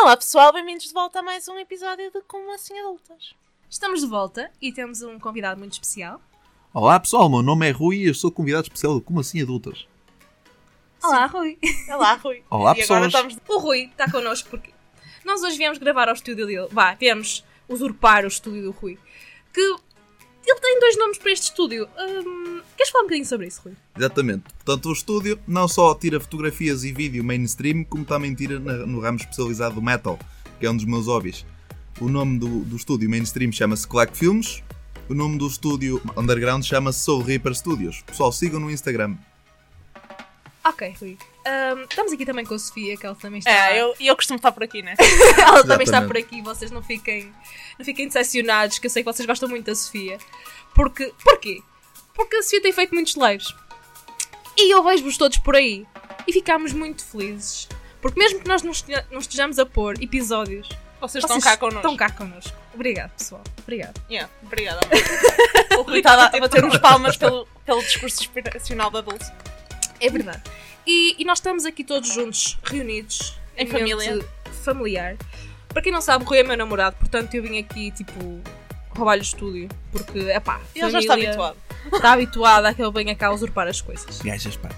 Olá pessoal, bem-vindos de volta a mais um episódio de Como Assim Adultas. Estamos de volta e temos um convidado muito especial. Olá pessoal, meu nome é Rui e eu sou convidado especial do Como Assim Adultas. Olá, Rui. Olá, Rui. Olá E pessoas. agora estamos... O Rui está connosco porque nós hoje viemos gravar ao estúdio dele. Viemos usurpar o estúdio do Rui. Que ele tem 2 nomes para este estúdio. Queres falar um bocadinho sobre isso, Rui? Exatamente. Portanto, o estúdio não só tira fotografias e vídeo mainstream, como também tira no ramo especializado do metal, que é um dos meus hobbies. O nome do estúdio mainstream chama-se Collect Films. O nome do estúdio underground chama-se Soul Reaper Studios. Pessoal, sigam no Instagram. Ok, Rui. Estamos aqui também com a Sofia, que ela também está... eu costumo estar por aqui, né? Ela também está Exatamente. por aqui, vocês não fiquem decepcionados, que eu sei que vocês gostam muito da Sofia. Porquê? Porque a Sofia tem feito muitos lives. E eu vejo-vos todos por aí. E ficámos muito felizes. Porque mesmo que nós não estejamos a pôr episódios, Vocês estão cá connosco. Estão cá connosco. Obrigado, pessoal. Obrigado. Obrigada. O Rui está a bater uns palmas pelo discurso inspiracional da Dulce. É verdade. E nós estamos aqui todos juntos, reunidos. Em ambiente familiar. Para quem não sabe, o Rui é meu namorado, portanto eu vim aqui, roubar-lhe o estúdio. Porque, Ele já está habituado. Está habituado a que ele venha cá usurpar as coisas. Gajas, pá.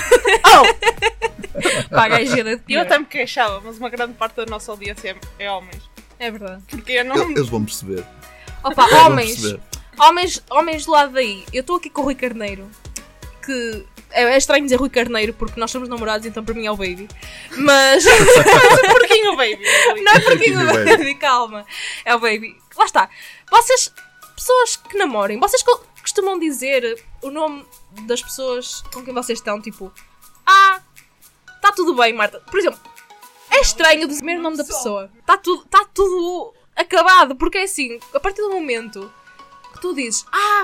Pá, gajeira de Eu pior. até me queixava, mas uma grande parte da nossa audiência é homens. É verdade. Porque eu não... Eles vão perceber. Opa, Vão homens do lado daí. Eu estou aqui com o Rui Carneiro, que é estranho dizer Rui Carneiro porque nós somos namorados, então para mim é o baby. Mas Porquinho, baby. não é porque Porquinho, o baby. baby, calma. É o baby. Lá está. Vocês, pessoas que namorem, vocês costumam dizer o nome das pessoas com quem vocês estão, tipo, está tudo bem, Marta. Por exemplo, é estranho dizer o nome da pessoa. Está tudo acabado, porque é assim, a partir do momento que tu dizes,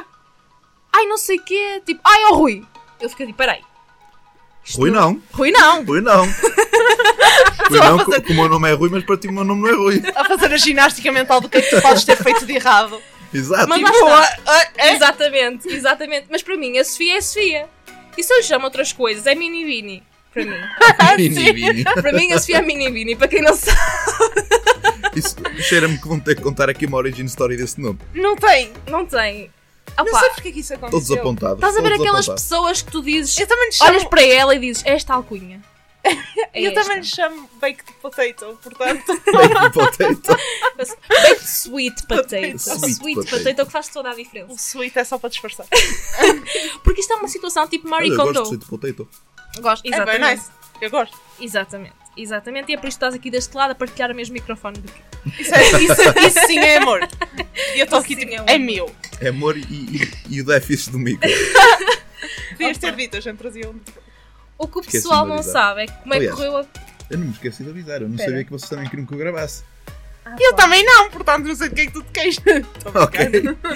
ai não sei o quê, tipo, é o Rui. Eu fico tipo, peraí. Rui não. Rui não. Rui não. Rui não, que o meu nome é Rui, mas para ti o meu nome não é Rui. A fazer a ginástica mental do que é que tu podes ter feito de errado. Exato. Mas lá está. Exatamente. Mas para mim, a Sofia é a Sofia. E se eu lhe chamo outras coisas, é Mini Vini. Para mim. Vini. Para mim, a Sofia é Mini Vini. Para quem não sabe. Isso cheira-me que vão ter que contar aqui uma origin story desse nome. Não tem. Não tem. Não Opa, sei porque é que isso aconteceu. Todos apontados. estás a ver todos aquelas apontados. pessoas que tu dizes, Eu também lhe chamo... olhas para ela e dizes, esta alcunha. Eu também lhe chamo baked potato, portanto... Baked potato. Baked sweet potato. Sweet potato potato. é o que faz toda a O diferença. sweet é só para disfarçar. Porque isto é uma situação tipo Marie Olha, eu gosto de Kondo. sweet potato. Gosto. É bem Exatamente. nice. Eu gosto. Exatamente. E é por isso que estás aqui deste lado a partilhar o mesmo microfone do que eu. Isso sim é amor. E eu estou aqui Isso sim tipo, é amor. é meu. É amor e o déficit do micro. Devias ter dito, a gente trazia um... O que o Esqueci-me pessoal de não avisar. sabe é que como é que Aliás, correu a... Eu não me esqueci de avisar. Eu não Espera. sabia que vocês também queriam que eu gravasse. Eu também não, portanto não sei de que é que tu te queixas. Ok.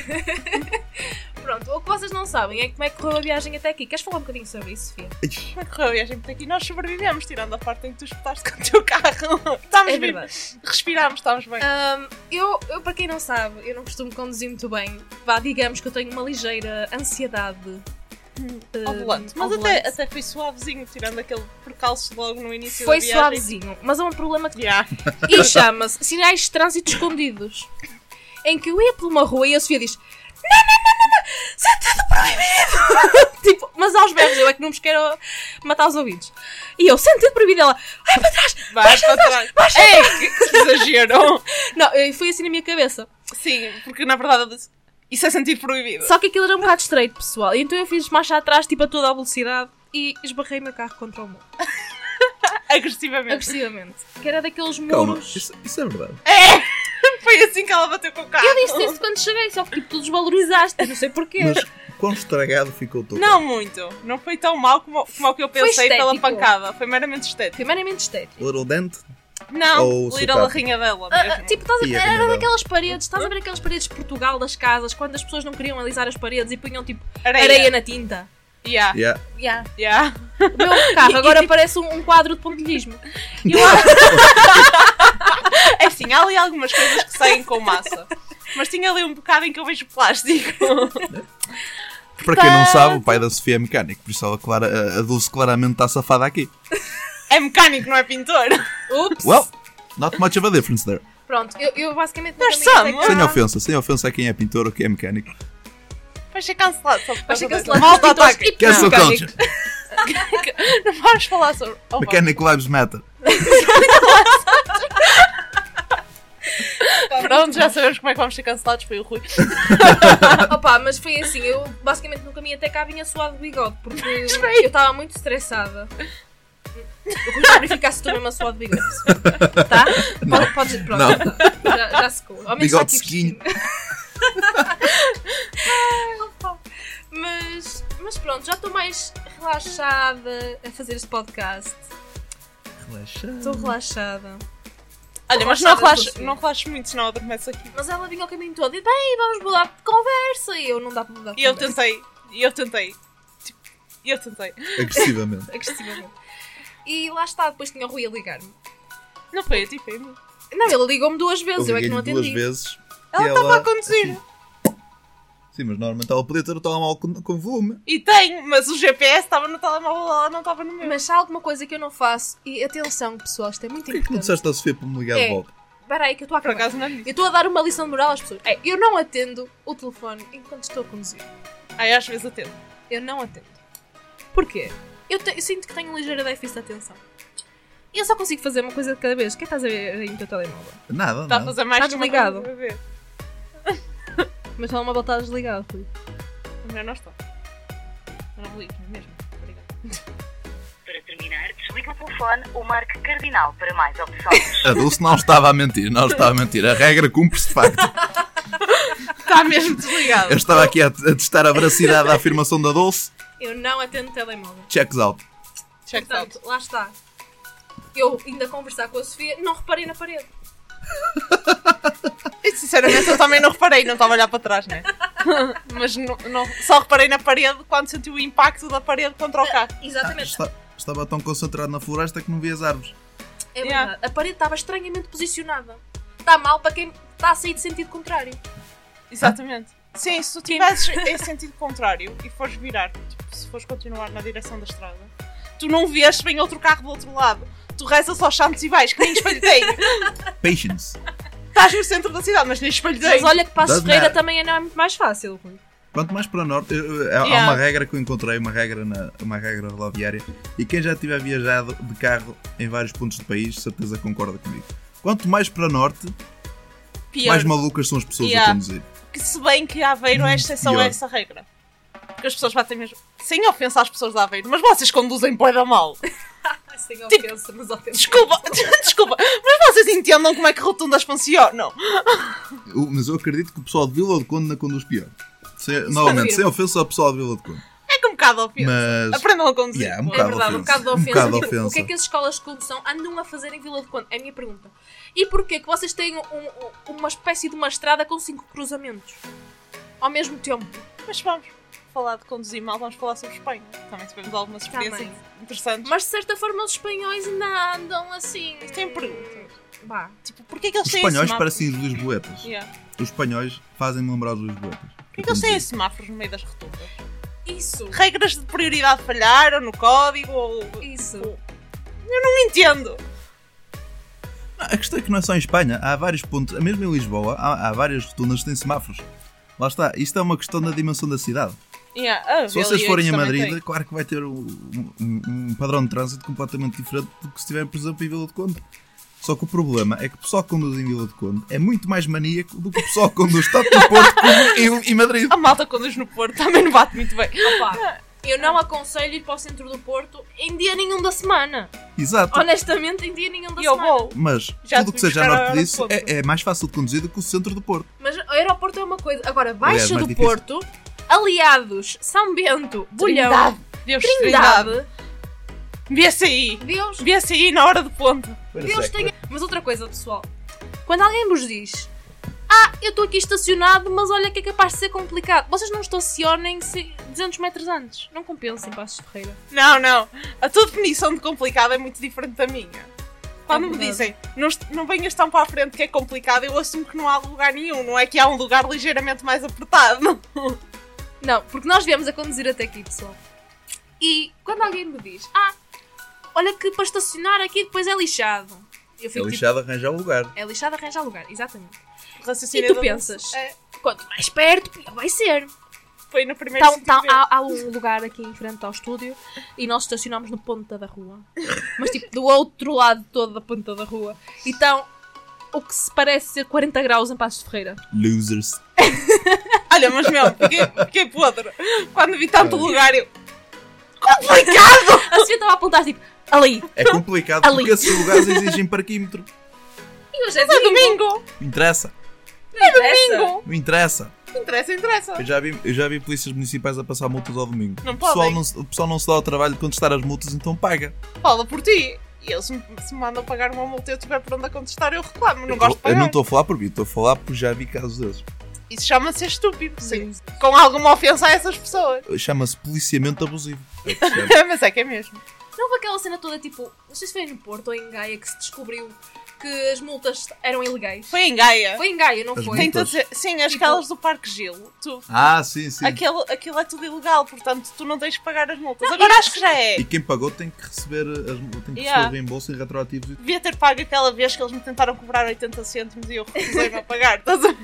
Pronto, o que vocês não sabem é como é que correu a viagem até aqui. Queres falar um bocadinho sobre isso, Sofia? Ixi, Como é que correu a viagem por aqui? Nós sobrevivemos, tirando a parte em que tu espetaste com o teu carro. Estamos É bem. verdade. Respirámos, estamos bem. Eu, para quem não sabe, eu não costumo conduzir muito bem. Digamos que eu tenho uma ligeira ansiedade Ao volante. Mas ao volante. até foi suavezinho, tirando aquele percalço logo no início Foi da viagem. suavezinho, mas há um problema que... Yeah. E chama-se sinais de trânsito escondidos. Em que eu ia por uma rua e a Sofia diz: não, sentido proibido! Tipo, mas aos berros, eu é que não vos quero matar os ouvidos. E eu, sentido proibido, ela, vai para trás, Vai para trás. baixa É, que exagero. Não, foi assim na minha cabeça. Sim, porque na verdade eu disse, isso é sentido proibido. Só que aquilo era um bocado estreito, pessoal. E então eu fiz marcha atrás, tipo, a toda a velocidade e esbarrei o meu carro contra o muro. Agressivamente. Agressivamente. Que era daqueles calma, muros. isso é verdade. Foi assim que ela bateu com o carro. Eu disse isso quando cheguei, só que tipo, tu desvalorizaste, não sei porquê. Mas quão estragado ficou o teu Não muito. Não foi tão mal como o que eu pensei pela estético. pancada. Foi meramente estético. Primeiramente estético. Little dent? Não, Ou little sotaque. arrinha dela mesmo. Tipo, estás a E ver, a era Canadá. daquelas paredes, estás a ver aquelas paredes de Portugal das casas, quando as pessoas não queriam alisar as paredes e punham tipo areia na tinta. Yeah. Yeah. Yeah. Yeah. O meu carro agora parece um quadro de pontilhismo. E eu, É assim, há ali algumas coisas que saem com massa. Mas tinha ali um bocado em que eu vejo plástico. Para quem não sabe, o pai da Sofia é mecânico, por isso a Dulce claramente está safada aqui. É mecânico, não é pintor. ups! Well, Not much of a difference there. Pronto, eu basicamente... There's nunca me some. irritei Sem ofensa a quem é pintor ou quem é mecânico. Vai ser cancelado. Só por Vai causa ser disso. cancelado. Malta Pintores ataque. e Cancel mecânicos. culture. Não vamos falar sobre... Oh, Mechanic Lives Matter. pronto, já sabemos como é que vamos ser cancelados. Foi o Rui. Opa, mas foi assim, eu basicamente no caminho até cá vinha suado de bigode, porque eu estava muito estressada. Eu vou verificar se estou mesmo a suar de bigode. Tá? Pode pronto. Não. Já secou. Ao menos Bigode está aqui sequinho. mas pronto, já estou mais relaxada a fazer este podcast. Estou relaxada. Olha, mas não relaxes muito, senão adormeces aqui. Mas ela vinha ao caminho todo e bem, vamos mudar de conversa. E eu não dá para mudar de E eu conversa. tentei. Agressivamente. Agressivamente. E lá está, depois tinha o Rui a ligar-me. Não foi a ti, foi a mim. Não, ele ligou-me 2 vezes, eu é que não liguei-lhe atendi. 2 vezes. Ela e estava a conduzir. Sim, mas normalmente ela podia ter o telemóvel com volume. E tem, mas o GPS estava no telemóvel, ela não estava no meu. Mas há alguma coisa que eu não faço, e atenção pessoal, isto é muito Por que não importante. disseste à Sofia para me ligar de volta? Espera aí que eu estou a Por acabar. acaso não lhe Eu disse. estou a dar uma lição de moral às pessoas. Eu não atendo o telefone enquanto estou a conduzir. Aí às vezes atendo. Eu não atendo. Porquê? Eu sinto que tenho um ligeiro déficit de atenção. E eu só consigo fazer uma coisa de cada vez. O que é que estás a ver aí no teu telemóvel? Nada, Está a nada. fazer mais Está que uma desligado. coisa a ver. O meu telemóvel está desligado, Rui. O meu não está. Eu não ligo, não é mesmo? Obrigada. Para terminar, desligue o telefone ou marque cardinal para mais opções. A Dulce não estava a mentir, A regra cumpre-se de facto. Está mesmo desligado. Eu estava aqui a testar a veracidade da afirmação da Dulce. Eu não atendo telemóvel. Checks out. Check out. Portanto, lá está. Eu ainda a conversar com a Sofia, não reparei na parede. E sinceramente eu também não reparei, não estava a olhar para trás, né? Mas só reparei na parede quando senti o impacto da parede contra o carro. Exatamente. Estava tão concentrado na floresta que não vi as árvores. É verdade. A parede estava estranhamente posicionada. Está mal para quem está a sair de sentido contrário. Exatamente. Sim, se tu tivesses em sentido contrário e fores virar, tipo, se fores continuar na direção da estrada, tu não vês se vem outro carro do outro lado. Tu rezas aos santos e vais, que nem espelho tem. Patience. Estás no centro da cidade, mas nem espelho tem. Mas olha que Passos Doesn't Ferreira matter. também é muito mais fácil, Rui. Quanto mais para o norte, há Yeah. uma regra que eu encontrei, uma regra rodoviária, e quem já tiver viajado de carro em vários pontos do país, certeza concorda comigo. Quanto mais para norte, Pior. mais malucas são as pessoas Yeah. a conduzir. Que se bem que Aveiro é exceção a Pior. essa regra. Porque as pessoas batem mesmo. Sem ofensa às pessoas de Aveiro, mas vocês conduzem bué da mal. Sem ofensa, mas ofensa. Desculpa, mas vocês entendam como é que rotundas funcionam. Mas eu acredito que o pessoal de Vila de Conde não conduz pior. Novamente, confirmo. sem ofensa ao pessoal de Vila de Conde. É que um bocado ofensa. Mas- Aprendam a conduzir. Yeah, um É bocado verdade, um ofensa. bocado de ofensa. bocado de Tipo, o ofensa. que é que as escolas de condução andam a fazer em Vila de Conde? É a minha pergunta. E porquê que vocês têm uma espécie de uma estrada com 5 cruzamentos? Ao mesmo tempo. Mas vamos falar de conduzir mal, vamos falar sobre Espanha. Também tivemos algumas experiências Também. interessantes. Mas de certa forma os espanhóis ainda andam assim. Tem perguntas. Bah. Tipo, porquê que eles Os têm espanhóis semáforos? parecem os Lisboetas. Yeah. Os espanhóis fazem-me lembrar os Lisboetas. Porquê que eles têm semáforos no meio das rotundas? Isso. Regras de prioridade falharam no código ou... Isso. Eu não entendo. Não, a questão é que não é só em Espanha. Há vários pontos, mesmo em Lisboa, há várias rotundas que têm semáforos. Lá está. Isto é uma questão da dimensão da cidade. Yeah. Se vocês forem a também Madrid, tem. claro que vai ter um padrão de trânsito completamente diferente do que se estiver, por exemplo, em Vila de Conde. Só que o problema é que o pessoal que conduz em Vila de Conde é muito mais maníaco do que o pessoal que conduz tanto no Porto como em Madrid. A malta conduz no Porto também não bate muito bem. Opa, eu não aconselho ir para o centro do Porto em dia nenhum da semana. Exato. Honestamente, em dia nenhum da E eu semana. vou. Mas Já tudo o te que seja a buscar norte ao disso aeroporto. é mais fácil de conduzir do que o centro do Porto. Mas o aeroporto é uma coisa. Agora, Aliás, Baixa mais do difícil. Porto, Aliados, São Bento, Bolhão, Trindade. Deus, Trindade. Trindade, BCI. Deus, BCI na hora de ponta. Deus tenha... Mas outra coisa, pessoal. Quando alguém vos diz eu estou aqui estacionado, mas olha que é capaz de ser complicado. Vocês não estacionem 200 metros antes. Não compensem, Passos Ferreira. Não. A tua definição de complicado é muito diferente da minha. Quando me verdade. dizem não venhas tão para a frente que é complicado, eu assumo que não há lugar nenhum. Não é que há um lugar ligeiramente mais apertado. Não, porque nós viemos a conduzir até aqui, pessoal. E quando alguém me diz olha que para estacionar aqui depois é lixado. Eu É fico tipo, lixado arranjar o lugar. é lixado arranjar lugar, exatamente. O E raciocínio tu da pensas, moça quanto mais perto, pior vai ser. foi no primeiro Então, sítio ver. há um lugar aqui em frente ao estúdio e nós estacionamos no ponta da rua. Mas tipo, do outro lado todo da ponta da rua. Então, o que se parece ser 40 graus em Passos de Ferreira. Losers. Olha, mas meu, fiquei podre. Quando vi tanto lugar, eu... Complicado! A Sofia estava a apontar tipo, ali. É complicado Ali. porque esses lugares exigem parquímetro. E hoje é É domingo! Não interessa. Domingo! Não interessa. Interessa. Eu já vi polícias municipais a passar multas ao domingo. Não o pessoal podem. o pessoal não se dá ao trabalho de contestar as multas, então paga. Fala por ti. E eles se me mandam pagar uma multa e eu tiver por onde a contestar, eu reclamo. Não gosto de Eu pagar. não estou a falar por mim, estou a falar porque já vi casos desses. Isso chama-se estúpido, sim. Com alguma ofensa a essas pessoas. Chama-se policiamento abusivo. É o que se chama. Mas é que é mesmo. Não houve aquela cena toda tipo, não sei se foi no Porto ou em Gaia que se descobriu que as multas eram ilegais. Foi em Gaia. Foi em Gaia, não As foi? Tenta multas. dizer, sim, as Tipo- aquelas do Parque Gelo. Tu, Sim. aquilo é tudo ilegal, portanto tu não tens que pagar as multas. Não, Agora e- acho que já é. E quem pagou tem que receber, Yeah. o reembolso em retroativos. Devia ter pago aquela vez que eles me tentaram cobrar 80 cêntimos e eu recusei-me a pagar. Estás a ver?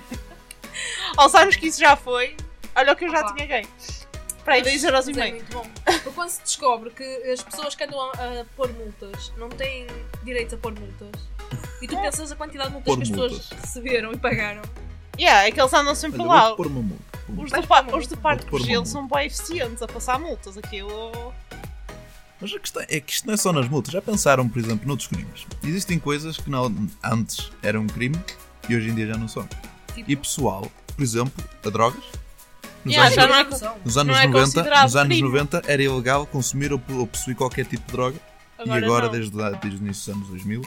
Ao sabes que isso já foi, olha o que eu já Opa. tinha ganho. Para aí, Mas é 2,5€. muito bom. Porque quando se descobre que as pessoas que andam a pôr multas não têm direito a pôr multas e tu pensas a quantidade de multas Pôr que as pessoas multas. receberam e pagaram. Yeah, é que eles andam sempre Olha, lá. vou-te pôr uma multa. Os Vais do, pôr uma os do multa. Parque Vou-te pôr uma Gelo multa. são bem eficientes a passar multas. Aquilo. Mas a questão é que isto não é só nas multas. Já pensaram, por exemplo, noutros crimes? Existem coisas que antes eram um crime e hoje em dia já não são. Tipo, E pessoal, por exemplo, a drogas. Nos Yeah, anos, já não é nos anos não é 90, considerado nos anos crime. 90 era ilegal consumir ou possuir qualquer tipo de droga. E agora, não. desde o início dos anos 2000,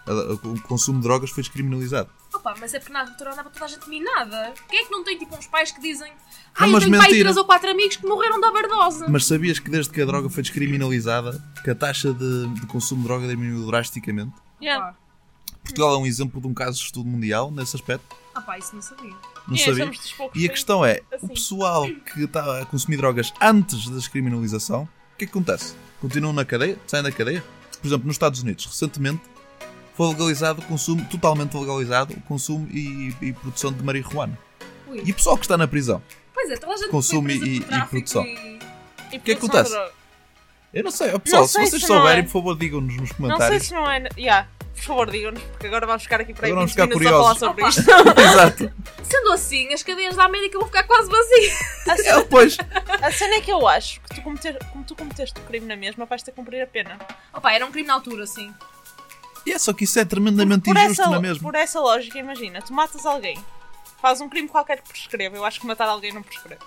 o consumo de drogas foi descriminalizado. opa, mas é porque na altura andava toda a gente minada. Quem é que não tem tipo uns pais que dizem Não, eu mas tenho pai e mentira. 3 ou 4 amigos que morreram de overdose. Mas sabias que desde que a droga foi descriminalizada, que a taxa de consumo de droga diminuiu drasticamente? Yeah. Opa, Portugal é um exemplo de um caso de estudo mundial nesse aspecto. opa, isso não sabia. Não Yeah, sabia. somos dos poucos E a países questão é, assim. o pessoal que está a consumir drogas antes da descriminalização, o que é que acontece? Continuam na cadeia? Saem da cadeia? Por exemplo, nos Estados Unidos, recentemente, foi legalizado o consumo, totalmente legalizado, o consumo e produção de marihuana. Ui. E o pessoal que está na prisão? Pois é, toda a gente Consumo foi presa e por tráfico produção. e- E O que é que produção acontece? de droga. Eu não sei. Ó, pessoal, Não sei se vocês se não souberem, é. por favor, digam-nos nos Não sei comentários. se não é. Yeah. Por favor, digam-nos, porque agora vamos ficar aqui para aí Agora vamos 20 ficar minutos a falar curiosos. sobre isto. Exato. Sendo assim, as cadeias da América vão ficar quase vazias. Pois. A cena é que eu acho que como tu cometeste o crime na mesma, vais ter que cumprir a pena. Opa, era um crime na altura, sim. Só que isso é tremendamente injusto, não é mesmo? por essa lógica, imagina, tu matas alguém, faz um crime qualquer que prescreva. Eu acho que matar alguém não prescreve.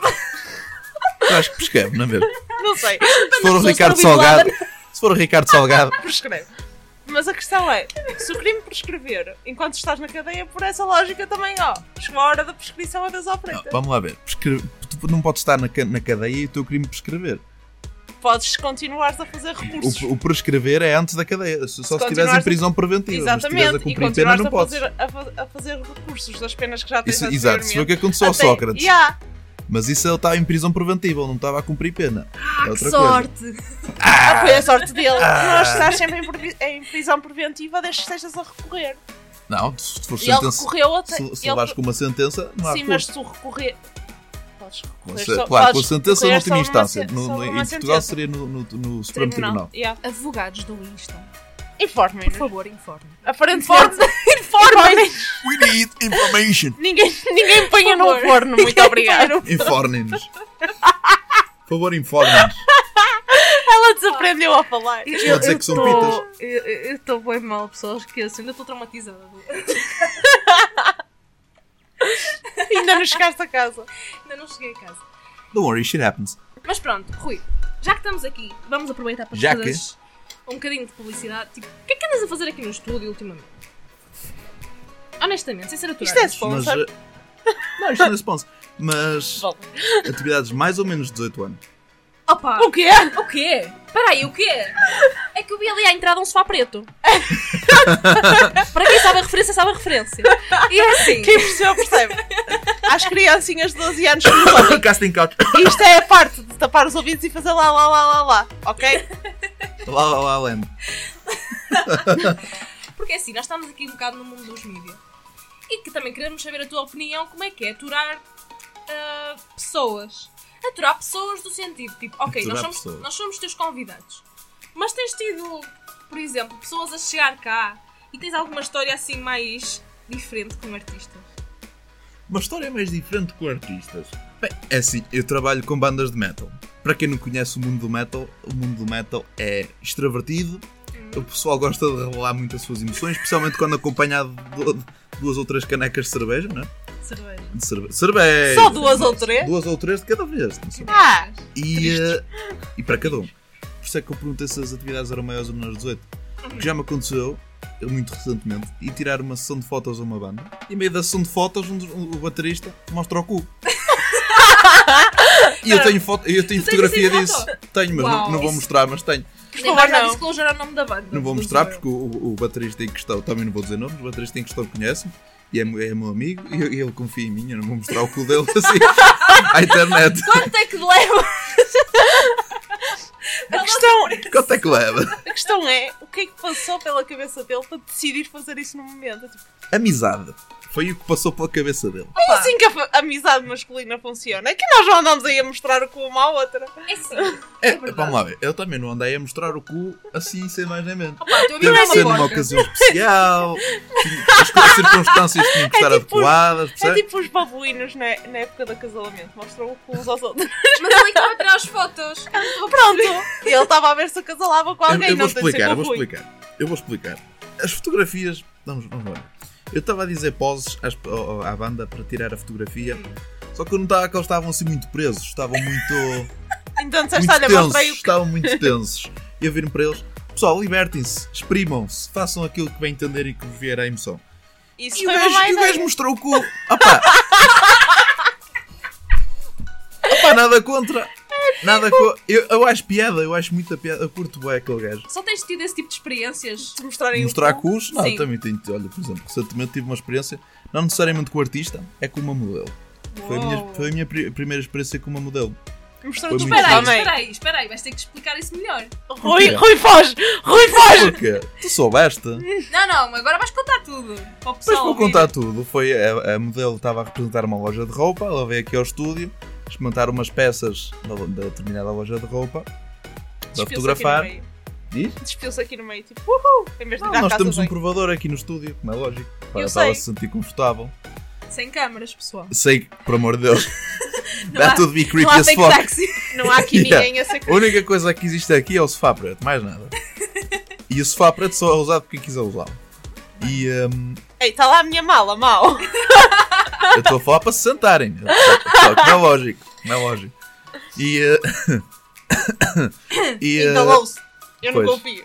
Eu acho que prescreve, não é mesmo? Não sei, Se for o pessoas Ricardo foram Salgado. Se for o Ricardo Salgado. prescreve. Mas a questão é, se o crime prescrever enquanto estás na cadeia, por essa lógica também, chegou a hora da prescrição a Deus à frente. Vamos lá ver. Tu não podes estar na cadeia e o teu crime prescrever. Podes continuar a fazer recursos. O prescrever é antes da cadeia. Só se estiveres em continuares a- prisão preventiva. Mas se estiveres a Exatamente, e cumprir pena, continuares não a podes. a fazer recursos das penas que já tens Isso, exato, isso foi o que aconteceu ao Até- Sócrates. Yeah. Mas isso ele estava em prisão preventiva, ele não estava a cumprir pena. É Que outra sorte! Foi a sorte dele. Nós estás sempre em prisão preventiva desde que estejas a recorrer. Não, se for E ele sentença. recorreu até. Se levares com uma sentença, não há Sim, mas recurso. se tu recorrer. Podes recorrer. Mas, só- claro, com a podes sentença na recorrer última só instância. numa Em sentença. Portugal seria no Supremo Tribunal. Yeah. Advogados do isto. Informem. Por favor, informe. Aparentemente. Informem! We need information. Ninguém ponha Por no favor. forno, muito obrigado. Informem-nos. Por favor, informem-nos. Ela desaprendeu a falar. Isto quer dizer que são pitas. Eu estou bem mal, pessoal, esqueço. Ainda estou traumatizada. Ainda não chegaste a casa. Ainda não cheguei a casa. Don't worry, shit happens. Mas pronto, Rui, já que estamos aqui, vamos aproveitar para Já fazer um bocadinho de publicidade. Tipo, o que é que andas a fazer aqui no estúdio ultimamente? Honestamente, sem ser aturar. Isto é Mas, sponsor. não, isto não é sponsor. Mas Volta. atividades mais ou menos de 18 anos. Opa! O quê? O quê? Espera aí, o quê? É que eu vi ali à entrada um sofá preto. Para quem sabe a referência, sabe a referência. E é assim. Quem percebeu, percebe. Às criancinhas de 12 anos que nos ouvem. Casting couch. Isto é a parte de tapar os ouvidos e fazer lá, ok? Lá, Land. Porque é assim, nós estamos aqui um bocado no mundo dos mídias. E que também queremos saber a tua opinião, como é que é aturar pessoas. Aturar pessoas do sentido, tipo, ok, nós somos teus convidados. Mas tens tido, por exemplo, pessoas a chegar cá e tens alguma história assim mais diferente com artistas? Uma história mais diferente com artistas. Bem, é assim, eu trabalho com bandas de metal. Para quem não conhece o mundo do metal é extrovertido. O pessoal gosta de revelar muito as suas emoções, especialmente quando acompanhado de 2 ou 3 canecas de cerveja, não é? Cerveja. Só 2 ou 3? 2 ou 3 de cada vez. E para cada um. Por isso é que eu perguntei se as atividades eram maiores ou menores de 18. Porque já me aconteceu, muito recentemente, ir tirar uma sessão de fotos a uma banda. E em meio da sessão de fotos, o baterista mostra o cu. E eu tenho fotografia disso. Tenho, mas não vou mostrar, mas tenho. Nem vais dar disclosure ao nome da banda. Não vou mostrar porque o baterista em questão, também não vou dizer nomes, o baterista em questão conhece-me e é meu amigo e ele confia em mim, eu não vou mostrar o cu dele assim à internet. Quanto é que leva? Quanto é que leva? A questão é, o que é que passou pela cabeça dele para decidir fazer isso no momento? Amizade. Foi o que passou pela cabeça dele. É assim que a amizade masculina funciona. É que nós não andamos aí a mostrar o cu uma à outra. É sim. Vamos lá ver. Eu também não andei a mostrar o cu assim, sem mais nem menos. Teve de ser numa ocasião especial. As circunstâncias tinham que estar adequadas. É tipo os babuínos na época do acasalamento. Mostram o cu uns aos outros. Mas ele estava a tirar as fotos. Pronto. E ele estava a ver se acasalava com alguém. Eu vou explicar. As fotografias... Vamos lá. Eu estava a dizer poses à banda para tirar a fotografia, só que eu notava que eles estavam assim muito presos, estavam muito. Então disseste, olha, mostrei o que. Estavam muito tensos. E eu vir-me para eles, pessoal, libertem-se, exprimam-se, façam aquilo que bem entender e que vos vier à emoção. Isso e o gajo mostrou o cu. Opá, nada contra. Eu acho piada, eu acho muita piada. Eu curto bem aquele gajo. Só tens tido esse tipo de experiências? De mostrarem mostrar cus? Não, Sim. também tenho. Olha, por exemplo, recentemente tive uma experiência, não necessariamente com o artista, é com uma modelo. Foi a minha primeira experiência com uma modelo. Mostrando Espera aí, vais ter que explicar isso melhor. Rui foge! Por quê? Tu soubeste? Não, agora vais contar tudo. Para o Mas pessoal vou ouvir. contar tudo. Foi a modelo estava a representar uma loja de roupa, ela veio aqui ao estúdio, experimentar umas peças da determinada loja de roupa, para fotografar. Despiu-se aqui no meio, tipo, em vez de Nós temos um provador aqui no estúdio, como é lógico, para ela se sentir confortável. Sem câmaras, pessoal. Sei, por amor de Deus. Dá tudo be creepy não há as fake fuck. taxi. Não há aqui ninguém a ser A única coisa que existe aqui é o sofá preto, mais nada. E o sofá preto só é usado por quem quiser usá-lo. E Ei, está lá a minha mala, mal. eu estou a falar para se sentarem. Como é lógico. E Entalou-se. Eu não confio.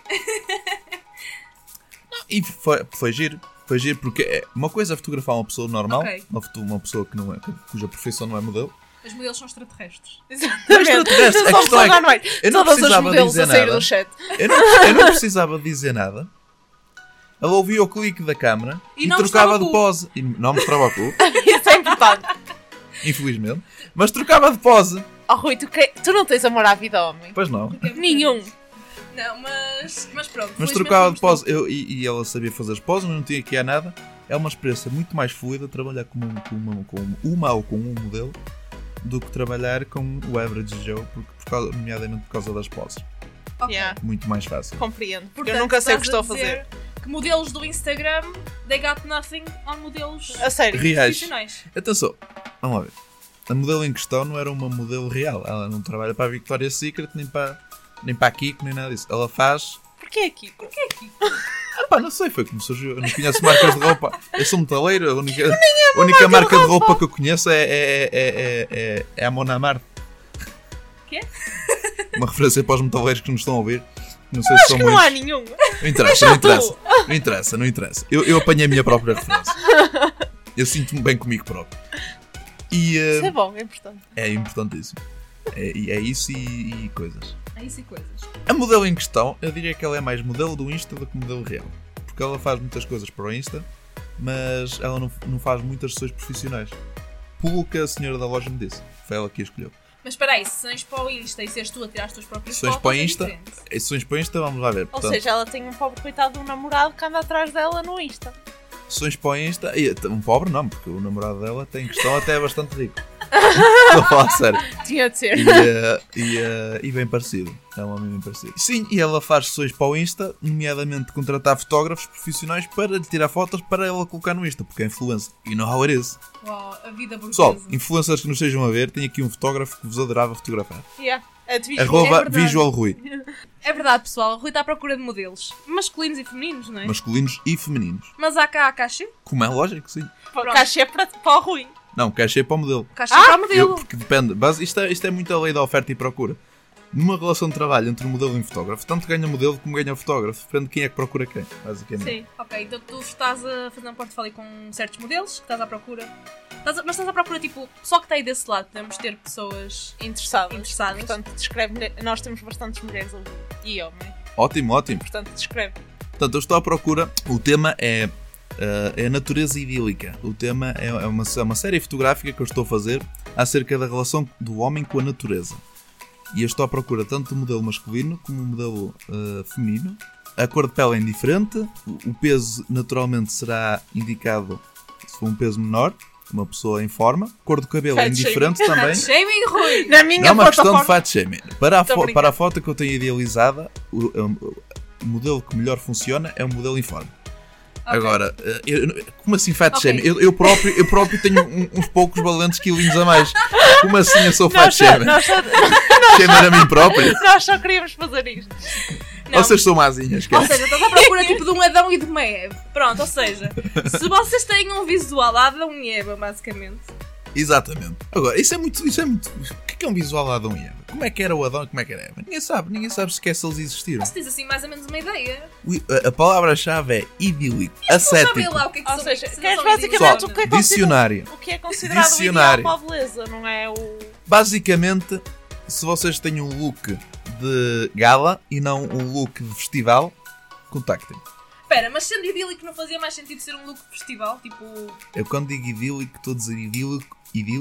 E foi giro. Foi giro porque uma coisa é fotografar uma pessoa normal, Ok. uma pessoa que não é, cuja profissão não é modelo. Os modelos são extraterrestres. Exatamente. A questão é que eu não Todas as precisava modelos dizer a sair nada. do chat. Eu não precisava dizer nada. Ela ouvia o clique da câmara E e não trocava mostrava de o cu. pose. E não mostrava o cu, Isso é importante. infelizmente. Mas trocava de pose. Oh Rui, tu não tens amor à vida, homem. Pois não. Nenhum. Não, mas pronto. Mas felizmente trocava de fomos pose. E ela sabia fazer as poses, mas não tinha que ir a nada. É uma experiência muito mais fluida trabalhar com uma ou com um modelo do que trabalhar com o average Joe, nomeadamente por causa das poses. Ok. Yeah. Muito mais fácil. Compreendo. Portanto, Eu nunca sei o que estás estou a fazer. Que modelos do Instagram, they got nothing on modelos A sério. Reais. profissionais. Atenção, vamos lá ver. A modelo em questão não era uma modelo real. Ela não trabalha para a Victoria's Secret, nem para a Kiko, nem nada disso. Ela faz... Porquê aqui? Não sei, foi como surgiu. Eu não conheço marcas de roupa. Eu sou metaleiro. A única marca de roupa que eu conheço é a Monamart. Quê? Uma referência para os metaleiros que nos estão a ouvir. Não sei Eu se acho são que não muitos. há nenhum. Não interessa. Eu apanhei a minha própria referência. Eu sinto-me bem comigo próprio. E Isso é bom, é importante. é importantíssimo. É isso e coisas. É isso e coisas. A modelo em questão, eu diria que ela é mais modelo do Insta do que modelo real. Porque ela faz muitas coisas para o Insta, mas ela não faz muitas sessões profissionais. Pelo que a senhora da loja me disse. Foi ela que a escolheu. Mas espera aí, sessões para o Insta e seres tu a tirar as tuas próprias Sessões fotos para o é Insta. diferente. Sessões para o Insta, vamos lá ver. Ou Portanto, seja, ela tem um pobre coitado de um namorado que anda atrás dela no Insta. sessões para o Insta. Um pobre não, porque o namorado dela tem questão até é bastante rico. Estou a falar sério. Tinha de ser. E bem parecido. É um homem bem parecido. Sim, e ela faz sessões para o Insta, nomeadamente contratar fotógrafos profissionais para lhe tirar fotos para ela colocar no Insta, porque é influencer. You know how it is. Uau, a vida Pessoal, burguesa. influencers que nos estejam a ver, tem aqui um fotógrafo que vos adorava fotografar. Yeah. A de Arroba verdade. Visual Rui. É verdade, pessoal. O Rui está à procura de modelos. Masculinos e femininos, não é? Masculinos e femininos. Mas há cá a caixa. Como é lógico, sim. Cachê para o Rui. Não, cachê para o modelo. Caixa para o modelo. Porque depende. Isto é muito a lei da oferta e procura. Numa relação de trabalho entre um modelo e um fotógrafo, tanto ganha o modelo como ganha o fotógrafo. Depende de quem é que procura quem, basicamente. Sim. Ok, então tu estás a fazer um portfólio com certos modelos que estás à procura. Mas estás à procura, tipo, só que está aí desse lado. Podemos ter pessoas Interessadas. interessadas. Portanto, descreve. Nós temos bastantes mulheres ali. E homem. Ótimo, ótimo. Portanto, descreve. Portanto, eu estou à procura. O tema é a natureza idílica. O tema é uma série fotográfica que eu estou a fazer acerca da relação do homem com a natureza. E eu estou à procura tanto do modelo masculino como do modelo feminino. A cor de pele é indiferente. O peso, naturalmente, será indicado se for um peso menor. Uma pessoa em forma. A cor do cabelo é Fat indiferente também. Shaming, Rui! Na minha Não é uma questão de plataforma. fat shaming. Para Estou a brincar. para a foto que eu tenho idealizada, o modelo que melhor funciona é o modelo em forma. Ok. Agora, como assim fat Ok. shaming? Eu próprio tenho uns poucos valentes quilinhos a mais. Como assim eu sou fat Nós só, shaming? nós, só, Shamer a mim próprio? nós só queríamos fazer isto. Não. Vocês são mazinhas, Ou cara. seja, estás à procura tipo de um Adão e de uma Eva. Pronto, ou seja, se vocês têm um visual Adão e Eva, basicamente. Exatamente. Agora, isso é muito. O que é um visual de Adão e Eva? Como é que era o Adão e como é que era a Eva? Ninguém sabe sequer se eles existiram. Se tens assim mais ou menos uma ideia. A palavra-chave é idílico, Não sabem ascético, lá o que é que Ou são- seja, se queres são basicamente idiotas. o que é dicionário. o que é considerado Dicionário. o ideal para a beleza, não é o... Basicamente, se vocês têm um look de gala e não um look de festival, contactem. Espera, mas sendo idílico não fazia mais sentido ser um look de festival? Tipo. Eu quando digo idílico, estou a dizer idílico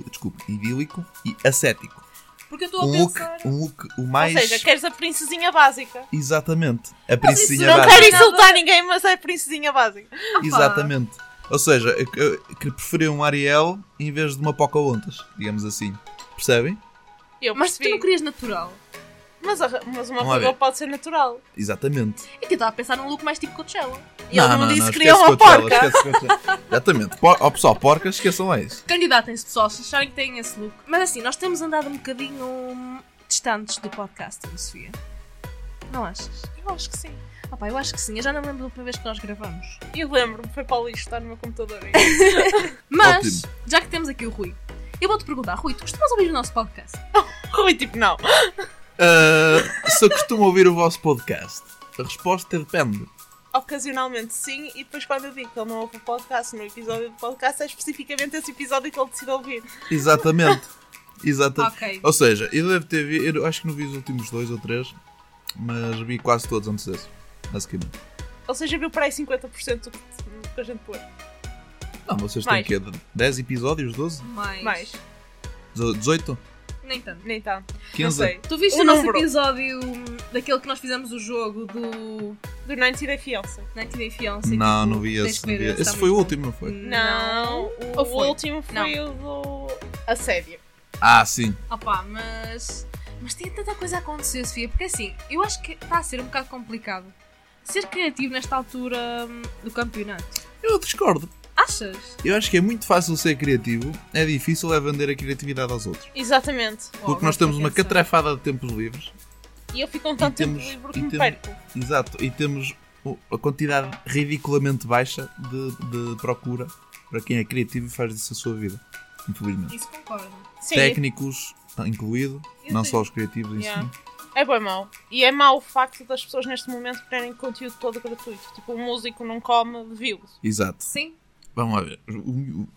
e ascético. Porque eu estou a pensar. Um look o mais... Ou seja, queres a princesinha básica. Exatamente. A Mas isso princesinha Não básica. quero nada- insultar ninguém, mas é a princesinha básica. Exatamente. Ou seja, eu que preferia um Ariel em vez de uma Pocahontas, digamos assim. Percebem? Eu Mas tu percebi. não querias natural. Mas uma Vamos lá ruga ver. pode ser natural. Exatamente. É que eu estava a pensar num look mais tipo Coachella. E ele não disse que queria esquece uma Coachella, porca. esquece Coachella. Exatamente. Pessoal, porcas, esqueçam lá isso. Candidatem-se, pessoal, se acharem que têm esse look. Mas assim, nós temos andado um bocadinho distantes do podcasting, Sofia. Não achas? Eu acho que sim. Ah pá, eu acho que sim. Eu já não me lembro da última vez que nós gravamos. Eu lembro-me, foi para o lixo, está no meu computador aí. Mas, Ótimo. já que temos aqui o Rui, eu vou-te perguntar, Rui, tu costumas ouvir o nosso podcast? Rui, tipo, não. Se eu costumo ouvir o vosso podcast, a resposta depende. Ocasionalmente sim, e depois quando eu digo que ele não ouve o podcast, no episódio do podcast, é especificamente esse episódio que ele decide ouvir. Exatamente. Exatamente. Ok. Ou seja, eu devo ter visto, eu acho que não vi os últimos 2 ou 3, mas vi quase todos antes desse. Basicamente. Ou seja, viu para aí 50% do que a gente pôr. Não, vocês Mais. têm o quê? 10 episódios? 12? Mais. 18? Nem tanto. Nem tanto. 15? Não sei. Tu viste Um o nosso número. episódio daquele que nós fizemos o jogo do Do 90 Day Fiancé. 90 Day Fiancé? Não, tipo, não vi tens esse. que Não ver, vi. está Esse muito foi o bom. último, não foi? Não, Ou o foi? último foi o do assédio. Ah, sim. Opá, mas tem tanta coisa a acontecer, Sofia, porque assim, eu acho que está a ser um bocado complicado ser criativo nesta altura do campeonato. Eu discordo. Achas? Eu acho que é muito fácil ser criativo, é difícil é vender a criatividade aos outros. Exatamente. Porque nós temos uma catrafada de tempos livres. E eu fico com tanto tempo temos- livre que e me temos- perco. Exato. E temos a quantidade ridiculamente baixa de procura para quem é criativo e faz disso a sua vida. Infelizmente. Isso concordo. Sim, Técnicos, incluído, Eu não sei. só os criativos em Yeah. si. é bem mau. E é mau o facto das pessoas neste momento querem conteúdo todo gratuito. Tipo, um músico não come de views. Exato. Sim. Vamos lá ver.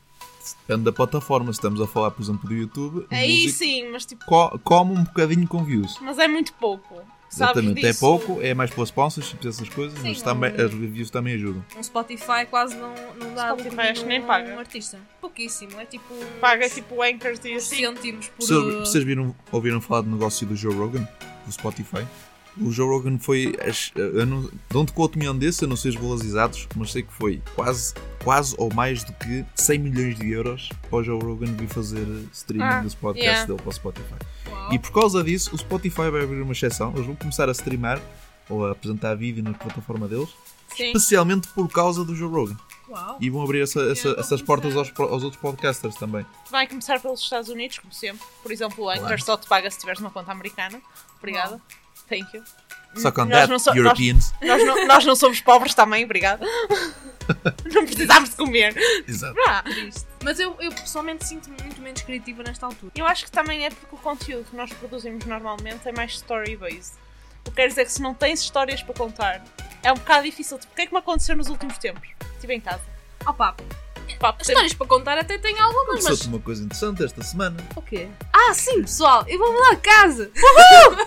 Depende da plataforma. Se estamos a falar, por exemplo, do YouTube, o Aí músico sim, mas tipo. come um bocadinho com views. Mas é muito pouco. Sabes Exatamente, disso? é pouco, é mais pelas sponsorships, essas coisas, Sim, mas também, as reviews também ajudam. Um Spotify quase não dá Spotify lucro acho que nem num paga. artista. Pouquíssimo, é tipo... Paga tipo Anchors e assim. cêntimos por... Vocês ouviram falar do negócio do Joe Rogan? Do Spotify? O Joe Rogan foi... Don't quote me on this, eu não sei os valores exatos, mas sei que foi quase ou mais do que 100 milhões de euros para o Joe Rogan vir fazer streaming dos podcasts dele para o Spotify. Uau. E por causa disso, o Spotify vai abrir uma exceção. Eles vão começar a streamar ou a apresentar vídeo na plataforma deles, Sim. especialmente por causa do Joe Rogan. Uau. E vão abrir essas portas aos outros podcasters também. Vai começar pelos Estados Unidos, como sempre. Por exemplo, o Anchor só te paga se tiveres uma conta americana. Obrigada. Thank you. Suck on Nós that, não so- Europeans. Nós não somos pobres também, obrigada. Não precisamos de comer. Exato. Triste. Mas eu pessoalmente sinto-me muito menos criativa nesta altura. Eu acho que também é porque o conteúdo que nós produzimos normalmente é mais story-based. O que quer dizer que se não tens histórias para contar, é um bocado difícil. Tipo, o que é que me aconteceu nos últimos tempos? Estive em casa. Opa, Pá, histórias para contar até tenho algumas, mas... Aconteceu-te uma coisa interessante esta semana. O quê? Ah, sim, pessoal, eu vou mudar de casa. Uhul!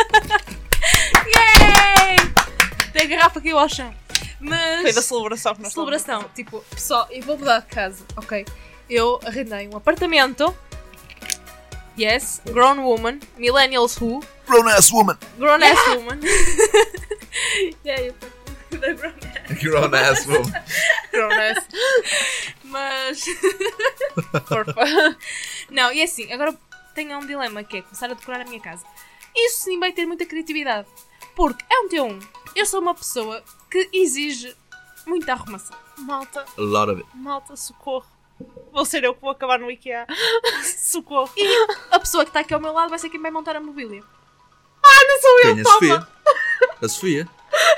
Yay! Tem a garrafa aqui ao chão. Mas... Foi da celebração que nós Celebração. Tipo, pessoal, eu vou mudar de casa, ok? Eu arrendei um apartamento. Yes, grown woman, millennials who, Grown-ass woman. grown ass woman. Yeah, the grown ass. Grown-ass woman. estávamos. Mas... Porfa. Não, e assim, agora tenho um dilema que é começar a decorar a minha casa. Isso sim vai ter muita criatividade. Porque é um T1. Eu sou uma pessoa que exige muita arrumação. Malta, A lot of it. malta, socorro. Vou ser eu que vou acabar no IKEA. Socorro. E a pessoa que está aqui ao meu lado vai ser quem vai montar a mobília. Não sou eu, Quem? A toma. Sofia? A Sofia?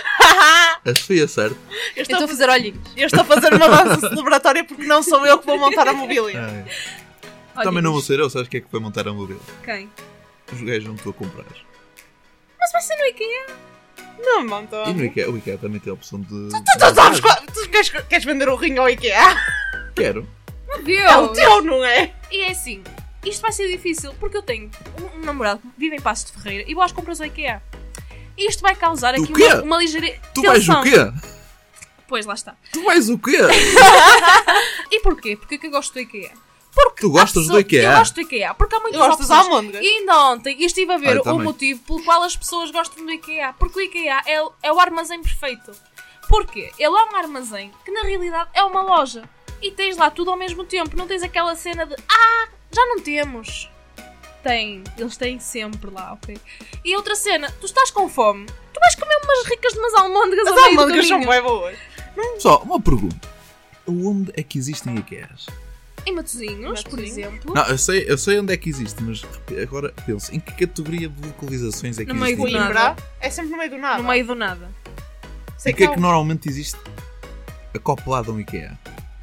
A Sofia, certo? Eu Eu estou a fazer olhinhos. Eu estou a fazer uma dança celebratória porque não sou eu que vou montar a mobília. Ai. Também não vou ser eu, sabes quem é que foi montar a mobília? Quem? Os gajos não estou a comprar. Mas vai ser no IKEA. Não, monta. E no IKEA, o IKEA também tem a opção de... Tu sabes tu queres vender o rim ao IKEA? Quero. Não viu? É o teu, não é? E é assim, isto vai ser difícil porque eu tenho um namorado que vive em Passos de Ferreira e vou às compras ao IKEA. E isto vai causar O aqui quê? uma ligeira Tu vais o quê? Pois, lá está. Tu vais o quê? E porquê? Porque que eu gosto do IKEA? Tu gostas do IKEA? Eu gosto do IKEA, porque há muitas Eu gosto das opções. almôndegas. E ainda ontem eu estive a ver Eu o também. motivo pelo qual as pessoas gostam do IKEA. Porque o IKEA é o armazém perfeito. Porquê? Ele é um armazém que na realidade é uma loja. E tens lá tudo ao mesmo tempo. Não tens aquela cena de já não temos. Tem. Eles têm sempre lá, ok? E outra cena, tu estás com fome, tu vais comer umas ricas de umas almôndegas As ao meio do almôndegas são caminho. bem boas. Só, uma pergunta. Onde é que existem IKEAs? Em Matosinhos, por Matosinhos. exemplo. Não, eu sei onde é que existe, mas agora penso, em que categoria de localizações é que No meio existe? do nada. Coimbra é sempre no meio do nada. No meio do nada. Sei O que é há que um- normalmente existe acoplado a um IKEA?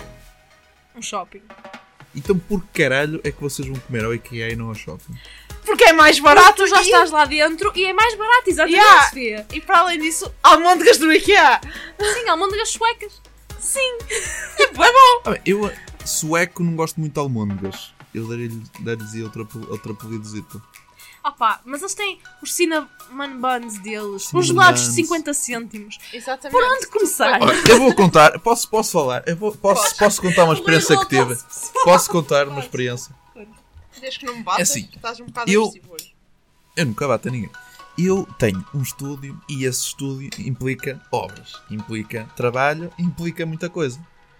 Um shopping. Então por que caralho é que vocês vão comer ao IKEA e não ao shopping? Porque é mais Barato, barato tu já e- estás lá dentro e é mais barato, exatamente, Yeah. Sofia. E para além disso, almôndegas do IKEA. Sim, almôndegas suecas. Sim. É bem bom. Ah, bem, eu sueco não gosto muito de almôndegas. Eu dar-lhes outra apelidozito. Opa, mas eles têm os cinnamon buns deles, Cinnamon os gelados de buns. 50 cêntimos. Exatamente. Por onde começar? Olha, eu vou contar, posso falar? Posso contar uma experiência que tive? Posso contar uma experiência? Desde que não me batas, É assim, estás um bocado eu- agressivo hoje. Eu nunca bato a ninguém. Eu tenho um estúdio e esse estúdio implica obras, implica trabalho, implica muita coisa.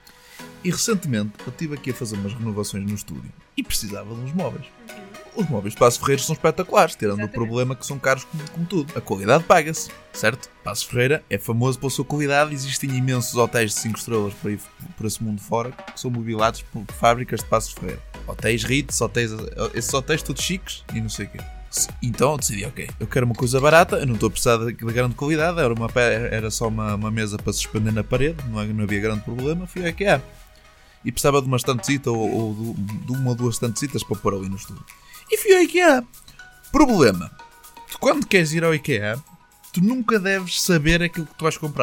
E recentemente eu estive aqui a fazer umas renovações no estúdio e precisava de uns móveis. Os móveis de Passos Ferreira são espetaculares, tirando Exatamente. o problema que são caros como tudo. A qualidade paga-se, certo? Passos Ferreira é famoso pela sua qualidade. Existem imensos hotéis de 5 estrelas por esse mundo fora que são mobilados por fábricas de Passos Ferreira. Hotéis Ritz, esses hotéis todos chiques e não sei o quê. Então eu decidi, ok, eu quero uma coisa barata, eu não estou a precisar de grande qualidade, era só uma mesa para se suspender na parede, não havia grande problema, fui ao IKEA. E precisava de uma estantezita ou de uma ou duas estantecitas para pôr ali no estúdio. E fui ao IKEA. Problema, tu quando queres ir ao IKEA, tu nunca deves saber aquilo que tu vais comprar.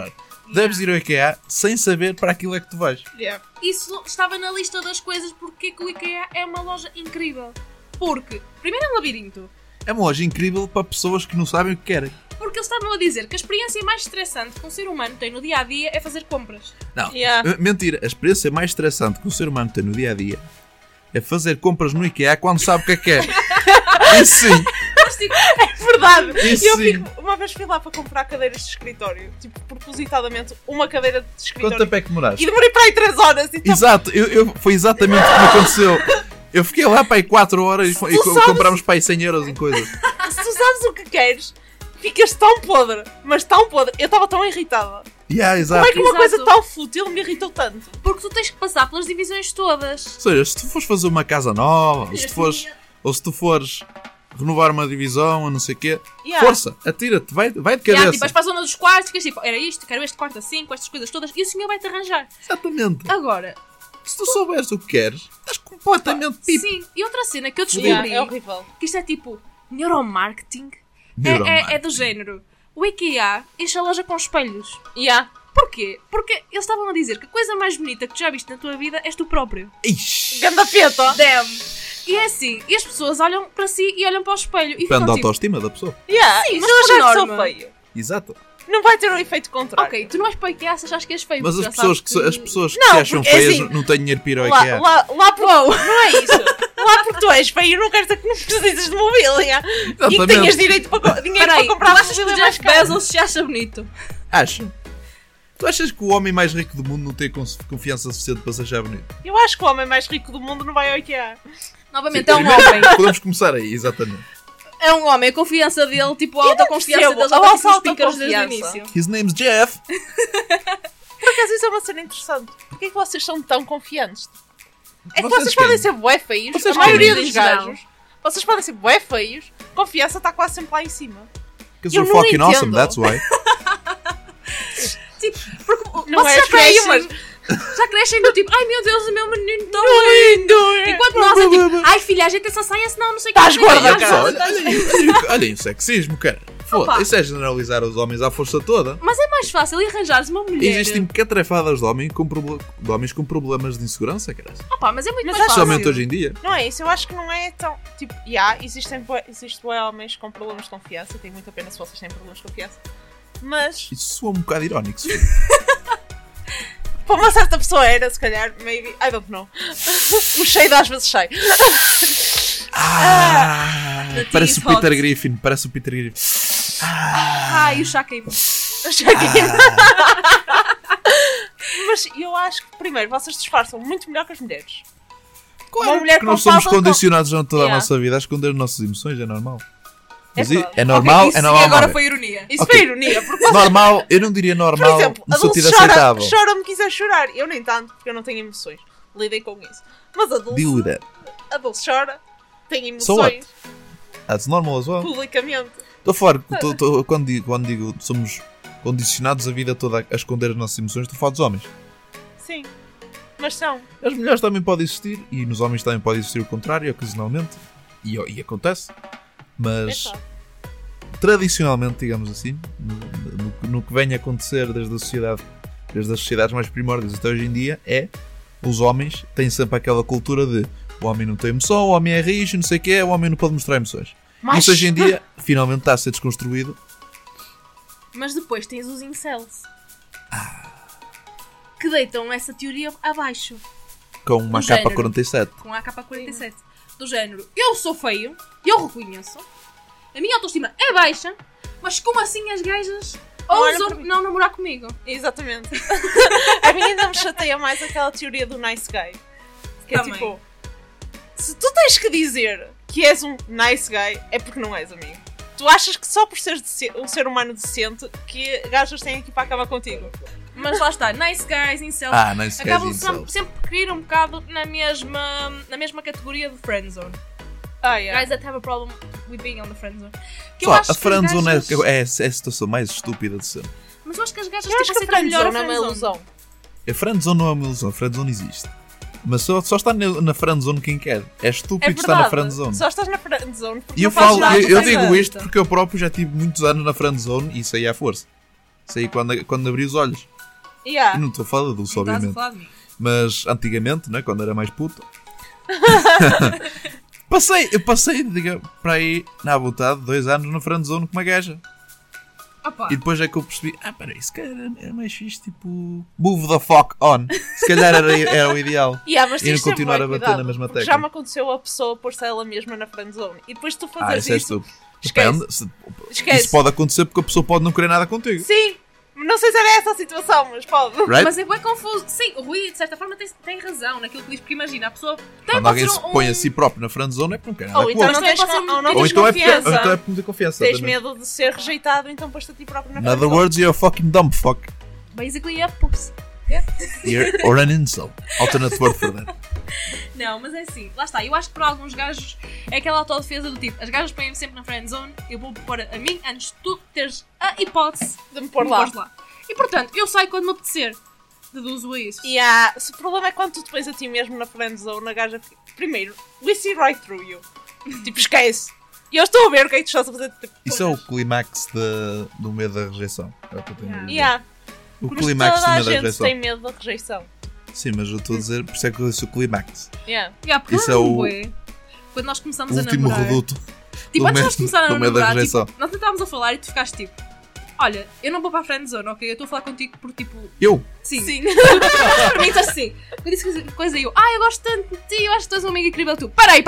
deves ir ao IKEA sem saber para aquilo é que tu vais. Yeah. Isso estava na lista das coisas porque que o IKEA é uma loja incrível. Porque, primeiro é um labirinto. É uma loja incrível para pessoas que não sabem o que querem. Porque eles estavam a dizer que a experiência mais estressante que um ser humano tem no dia-a-dia é fazer compras. Não, Yeah. mentira. A experiência mais estressante que o ser humano tem no dia-a-dia é fazer compras no IKEA quando sabe o que é que é. Isso sim. Mas, tipo, É verdade. Isso Eu sim. uma vez fui lá para comprar cadeiras de escritório. Tipo, propositadamente, uma cadeira de Quanto escritório. tempo é que demoraste? E demorei para aí 3 horas. Então, Exato, foi exatamente o que me aconteceu. Eu fiquei lá para aí 4 horas e sabes- comprámos para aí 100 euros em coisas. se tu sabes o que queres, ficas tão podre. Mas tão podre. Eu estava tão irritada. Yeah, Como exato. é que uma Exato. coisa tão fútil me irritou tanto? porque tu tens que passar pelas divisões todas. Ou seja, se tu fores fazer uma casa nova, ou se tu fores renovar uma divisão, ou não sei o quê, Yeah. força, atira-te, vai de Yeah, cabeça. tipo, vais para a zona dos quartos e ficas tipo, era isto, quero este quarto assim, com estas coisas todas, e o senhor vai-te arranjar. Exatamente. Agora, Se tu souberes o que queres, estás completamente pipo. sim, e outra cena que eu descobri, Yeah, é horrível. que isto é tipo neuromarketing, Neuromarketing. é do género. O IKEA enche a loja com espelhos. Yeah. Porquê? Porque eles estavam a dizer que a coisa mais bonita que tu já viste na tua vida és tu próprio. Ixi. Ganda peta. Damn! E é assim, e as pessoas olham para si e olham para o espelho e Depende da ficam tipo, autoestima da pessoa. Yeah. Sim, E mas se eu por achar que sou norma. feio? Exato. Não vai ter um efeito contrário. ok, tu não és para o IKEA se achas que és feio. Mas porque as já pessoas, sabes as pessoas que Não, se acham porque é feias assim, não têm dinheiro para ir ao Lá, IKEA. lá porque... Não é isso. Lá porque tu és feio, não quer dizer que não precisas de mobília. E que Exatamente. tenhas direito para, dinheiro Peraí, para comprar tu achas que o mobília mais Jeff caro. Bezos se acha bonito? Acha? Tu achas que o homem mais rico do mundo não tem confiança suficiente para se achar bonito? Eu acho que o homem mais rico do mundo não vai ao IKEA. Novamente, Sim, é um primeiro, homem. Podemos começar aí, exatamente. É um homem, a confiança dele, tipo, a Eu não autoconfiança percebo deles, a já está vossa tipo os píncaros desde o autoconfiança. início. His name's Jeff. Por acaso isso é uma cena interessante. Porquê é que vocês são tão confiantes? É que Vocês vocês quem? podem ser bué feios. Vocês A maioria quem? dos Em geral. gajos. Vocês podem ser bué feios. Confiança está quase sempre lá em cima. Because Eu you're não fucking entendo. awesome, that's why. Tipo, porque Não vocês és já crescem, feio, já crescem do tipo, ai meu Deus, o meu menino tão Lindo! Enquanto nós é tipo, ai filha, a gente essa saia senão não sei o que. Estás gorda, Estás cara. gorda, estás- Olhem o sexismo, cara. Opa. Foda, isso é generalizar os homens à força toda. Mas é mais fácil arranjares uma mulher. Existem catrafadas de homens com problemas de insegurança, cara. Opa, mas é muito Mas mais fácil. Especialmente hoje em dia. Não é isso, eu acho que não é tão. Tipo, existe bué homens com problemas de confiança. Tenho muita pena se vocês têm problemas de confiança. Mas, Isso soa um bocado irónico. se for. para uma certa pessoa era, se calhar, maybe. I don't know. O cheio às vezes cheio. The tea Parece is o Peter hot. Griffin. Parece o Peter Griffin. Ai, o chá queimou. Mas eu acho que, primeiro, vocês disfarçam muito melhor que as mulheres. Claro, Uma mulher porque nós com somos falta de condicionados durante toda a Yeah. nossa vida a esconder as nossas emoções, é normal. Mas verdade. é normal, Isso é sim, normal. agora não. foi ironia. Isso Ok. foi ironia, porque vocês, Normal, eu não diria por normal exemplo, no adulto sentido chora, aceitável. chora-me quiser chorar. Eu nem tanto, porque eu não tenho emoções. Lidem com isso. Mas Deal with that. adulto chora, tem So what? emoções, That's normal as well. publicamente. Estou a falar, quando digo somos condicionados a vida toda a esconder as nossas emoções, estou a falar dos homens. Sim, mas são. As mulheres também podem existir e nos homens também pode existir o contrário, ocasionalmente. E acontece. Mas É tradicionalmente, digamos assim, no que vem a acontecer desde as sociedades mais primórdias até hoje em dia, os homens têm sempre aquela cultura de o homem não tem emoção, o homem é rijo, não sei o quê, o homem não pode mostrar emoções. Mas Isso hoje em dia finalmente está a ser desconstruído. Mas depois tens os incels. Que deitam essa teoria abaixo. Com uma Do capa género. 47. Com a AK-47. Do género, eu sou feio, eu reconheço. A minha autoestima é baixa, mas como assim as gajas olham ousam para mim. não namorar comigo? Exatamente. A mim ainda me chateia mais aquela teoria do nice guy. Que é Também. tipo, se tu tens que dizer que és um nice guy, é porque não és amigo. Tu achas que só por seres um ser humano decente que gajas têm aqui para acabar contigo. Mas lá está, nice guys, incels, Nice acabam guys sempre, incels. sempre por cair um bocado na mesma categoria do friendzone. Yeah. Guys that have a problem with being on the friendzone. Que Só, eu acho a que as friendzone gajas- é a situação mais estúpida de sempre. Mas eu acho que as gajas Eu acho tipo, que a aceitam melhor a friendzone é uma friendzone. ilusão. A friendzone não é uma ilusão, a friendzone existe. Mas só está na friendzone quem quer. É É estúpido estar na verdade. friendzone. Só estás na friendzone porque E eu, não fazes falo, nada eu para digo nada. isto porque eu próprio já tive muitos anos na friendzone e saí à força. Saí quando abri os olhos. E Yeah. não estou a falar de adultos, Não estás a obviamente. falar de mim. Mas antigamente, né, quando era mais puto, eu passei, diga, para aí, na vontade, 2 anos na friendzone com uma gaja. Opa, E depois é que eu percebi, peraí, se calhar era mais fixe, tipo, move the fuck on. Se calhar era o ideal. Yeah, mas E tens não de ter continuar bué a bater cuidado, na mesma porque tecla. já me aconteceu a pessoa pôr-se ela mesma na friendzone. E depois tu fazes Isso é isso. estúpido. Esquece. Depende. Esquece. Isso pode acontecer porque a pessoa pode não querer nada contigo. Sim, não sei se era essa a situação, mas pode. Right? mas é bem confuso. Sim, o Rui, de certa forma, tem razão naquilo que diz, porque imagina, a pessoa tem Quando alguém se põe a si próprio na friendzone é porque não quer nada Ou com então o não outro. tens, Mas também ou não Ou tens então é confiança. por muita confiança. Tens exatamente. medo de ser rejeitado, então pôs-te a ti próprio na In other friendzone. words, you're a fucking dumb fuck. basically yeah, pussy. Or an incel. Alternate word for that. Não, mas é assim, lá está. Eu acho que para alguns gajos é aquela autodefesa do tipo, as gajas põem-me sempre na friendzone, eu vou pôr a mim antes de tu teres a hipótese De me pôr de lá. pôres lá. E portanto, eu saio quando me apetecer. Deduzo a isso. Se o problema é quando tu te pões a ti mesmo na friendzone, a gaja fica... Primeiro, we see right through you. Tipo, esquece. E eu estou a ver o que é que tu estás a fazer. Tipo, Isso é o clímax do medo da rejeição. É o que eu tenho a dizer. yeah. O Porque clímax toda do a medo da gente rejeição. tem medo da rejeição. Sim, mas eu estou a dizer, por isso é que eu disse o clímax. Yeah. Yeah, porque Isso é lembro-me o- bué, quando nós começamos O a último namorar. reduto. Tipo, do antes de nós medo- começar a do medo da namorar, rejeição. tipo, nós estávamos a falar e tu ficaste tipo, olha, eu não vou para a friendzone, ok? Eu estou a falar contigo por tipo, Eu? sim. Sim. Para mim estás assim. Eu disse coisa e eu, eu gosto tanto de ti, eu acho que tu és um amigo incrível. Tu, peraí,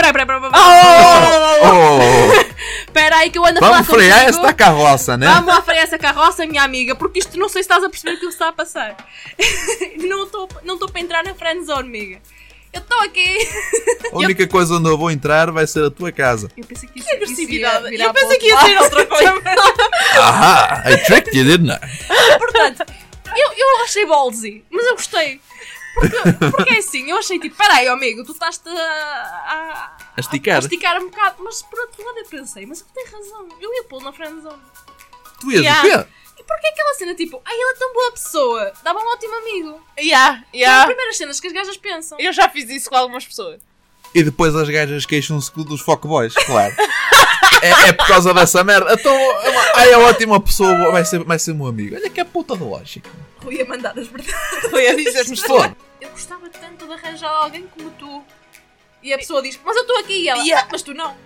Oh! peraí que eu ando a falar Vamos contigo. frear esta carroça, né? Vamos a frear essa carroça, minha amiga, porque isto não sei se estás a perceber o que está a passar. não estou para entrar na friendzone, amiga. Eu estou aqui. A única coisa onde eu vou entrar vai ser a tua casa. Eu pensei que isso, Que agressividade. isso ia virar Eu pensei para que ia outro ser lado. outra coisa. Ahá! I tricked you, didn't I? Portanto, eu achei ballsy, mas eu gostei. Porque é assim, eu achei tipo, peraí, amigo, tu estás-te A esticar. a esticar um bocado. Mas por outro lado eu pensei, mas ele tem razão, eu ia pô-lo na friendzone. Tu ias Yeah. o quê? E porquê aquela cena tipo, ele é tão boa pessoa, dava um ótimo amigo? Yeah, São as yeah. primeiras cenas que as gajas pensam. Eu já fiz isso com algumas pessoas. E depois as gajas queixam-se dos fuckboys, claro. é por causa dessa merda. Então, é ótima pessoa, vai ser meu amigo. Olha que é puta de lógica. Rui a mandar as verdades. Foi a dizer-nos Foda. Eu gostava tanto de arranjar alguém como tu. E a pessoa diz, mas eu estou aqui. E ela, Yeah. mas tu não.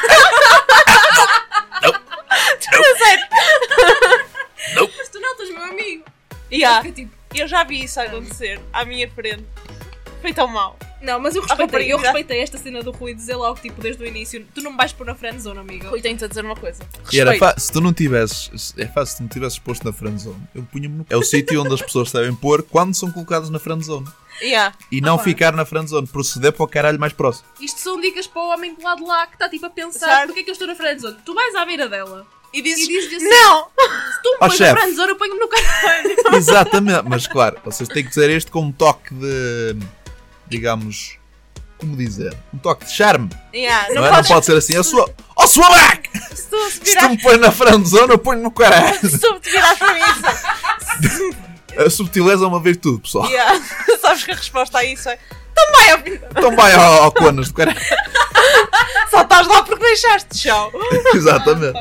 Mas tu não, tu és meu amigo. Yeah. Fica tipo, Eu já vi isso acontecer à minha frente. Foi tão mal. não, mas eu rapariga. respeitei esta cena do Rui dizer logo, tipo, desde o início, tu não me vais pôr na friendzone, amiga. Rui, tenho-te a dizer uma coisa. E era Respeito. se tu não tivesses. É fácil, se tu não tivesses posto na friendzone. Eu punha-me no. É o sítio onde as pessoas devem pôr quando são colocadas na friendzone. Yeah. E não Opa. ficar na friendzone, proceder para o caralho mais próximo. Isto são dicas para o homem do lado de lá que está tipo a pensar, Certo. porque é que eu estou na friendzone? Tu vais à beira dela. E dizes, E dizes assim, não! Se tu me Ó, pões na chefe. friendzone, eu ponho-me no caralho. Exatamente, mas claro, vocês têm que dizer isto com um toque de. Digamos. Como dizer? Um toque de charme. Yeah, Não, não, é? Não podes, pode ser assim. Ó sua back! Se tu se Se tu virares, me pões na friendzone, eu ponho no caralho. se tu te virares para mim isso. A subtileza é uma virtude, pessoal. Yeah. Sabes que a resposta a isso é também, ó filho. Então vai ao conas do caralho. Só estás lá porque deixaste, tchau. Exatamente.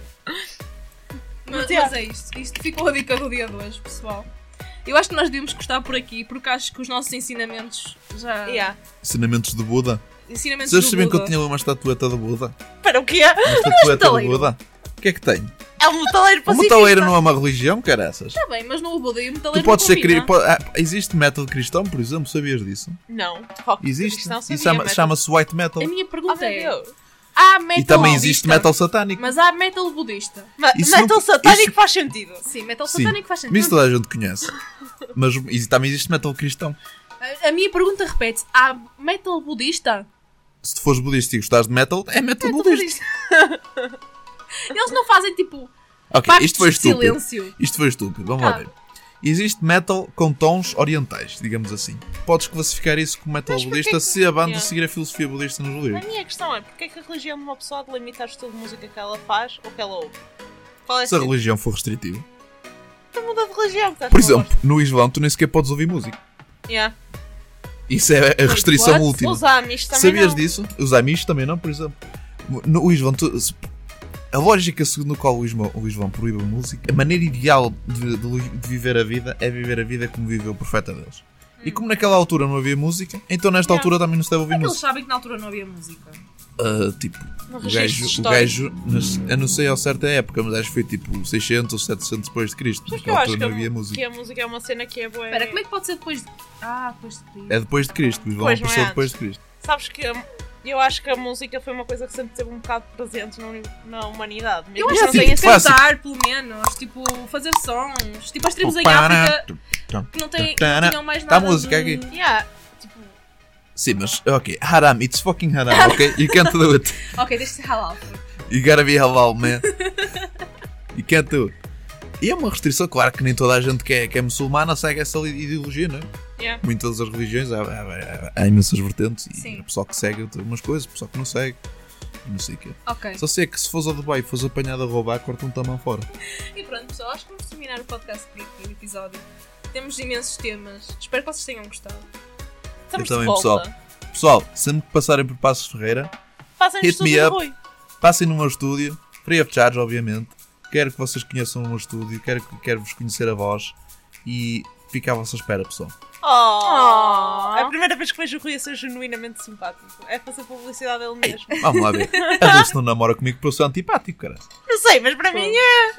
Mas Yeah. é isto. Isto ficou a dica do dia de hoje, pessoal. Eu acho que nós devíamos gostar por aqui, porque acho que os nossos ensinamentos já... Yeah. Ensinamentos de Buda. Ensinamentos Vocês do sabiam que eu Buda. tinha uma estatueta de Buda? Para o quê? Uma estatueta de metaleiro. Buda? O que é que tem? É um metaleiro O pacifista. metaleiro não é uma religião, caraças? Está bem, mas no Buda e o Tu metaleiro podes não ser combina. existe método cristão, por exemplo, sabias disso? Não. Rock Existe. cristão E sabia, mas- chama-se white metal. A minha Oh, pergunta meu é... Deus. Há metal E também existe budista, metal satânico. Mas há metal budista. Isso Metal não- satânico isso- faz sentido. Sim, metal Sim, satânico faz mas isso sentido. toda a gente conhece. Mas também existe metal cristão. A minha pergunta repete-se. Há metal budista? Se tu fores budista e gostares de metal, é metal budista. Eles não fazem tipo... Ok, pactos isto foi de estúpido. silêncio. Isto foi estúpido, vamos lá Ah. ver. Existe metal com tons orientais, digamos assim. Podes classificar isso como metal Mas porquê budista que- se a banda Yeah. seguir a filosofia budista nos A livros. minha questão é porque é que a religião de uma pessoa delimita o estilo de música que ela faz ou que ela ouve? Qual é Se a a religião for restritiva. Tu muda de religião, estás Por com exemplo, no Islão tu nem sequer podes ouvir música. gosto. Yeah. Isso é a restrição what? última. Os Amish também Sabias não. disso? Os Amish também não, por exemplo. No Islão, A lógica segundo a qual o Luís Vão proíbe a música, a maneira ideal de viver a vida é viver a vida como viveu o profeta deles. E como naquela altura não havia música, então nesta altura também não se deve ouvir Eles música. sabem que na altura não havia música. Tipo, No o registro gajo, eu não sei ao certo a época, mas acho que foi tipo 600 ou 700 depois de Cristo. Mas que Naquela eu acho altura que não havia música. a música é uma cena que é boa. Espera, como é que pode ser depois de... depois de Cristo. É depois de Cristo, Luís Vão Pois, não é apareceu antes. depois de Cristo. Sabes que eu acho que a música foi uma coisa que sempre teve um bocado presente na humanidade. Eu Mesmo acho que não que tenha tipo, sido- clássico. cantar, pelo menos. Tipo, fazer sons. Tipo, as tribos em África que não tinham mais Tá a nada música de... aqui. Yeah, tipo, Sim, mas, ok, haram, it's fucking haram, ok? You can't do it. Ok, deixa de ser halal. You gotta be halal, man. You can't do it. E é uma restrição, claro que nem toda a gente que é muçulmana segue essa ideologia, não é? yeah. Muitas das religiões há imensas vertentes e Sim. há pessoal que segue umas coisas, pessoal que não segue. E não sei o quê. Ok. Só sei que se fores a Dubai e fores apanhado a roubar, cortam-te a mão fora. E pronto, pessoal, acho que vamos terminar o podcast por aqui, o episódio. Temos imensos temas. Espero que vocês tenham gostado. Estamos Eu de também, volta. Pessoal, sempre que passarem por Passos Ferreira, Fazem hit estudo me de up. Rui. passem no meu estúdio, free of charge, obviamente. Quero que vocês conheçam o meu estúdio, quero vos conhecer a voz e fico à vossa espera, pessoal. Oh. É a primeira vez que vejo o Rui a ser genuinamente simpático. É fazer publicidade a ele mesmo. Vamos lá ver. A Dulce não namora comigo porque eu sou antipático, cara. Não sei, mas para mim é.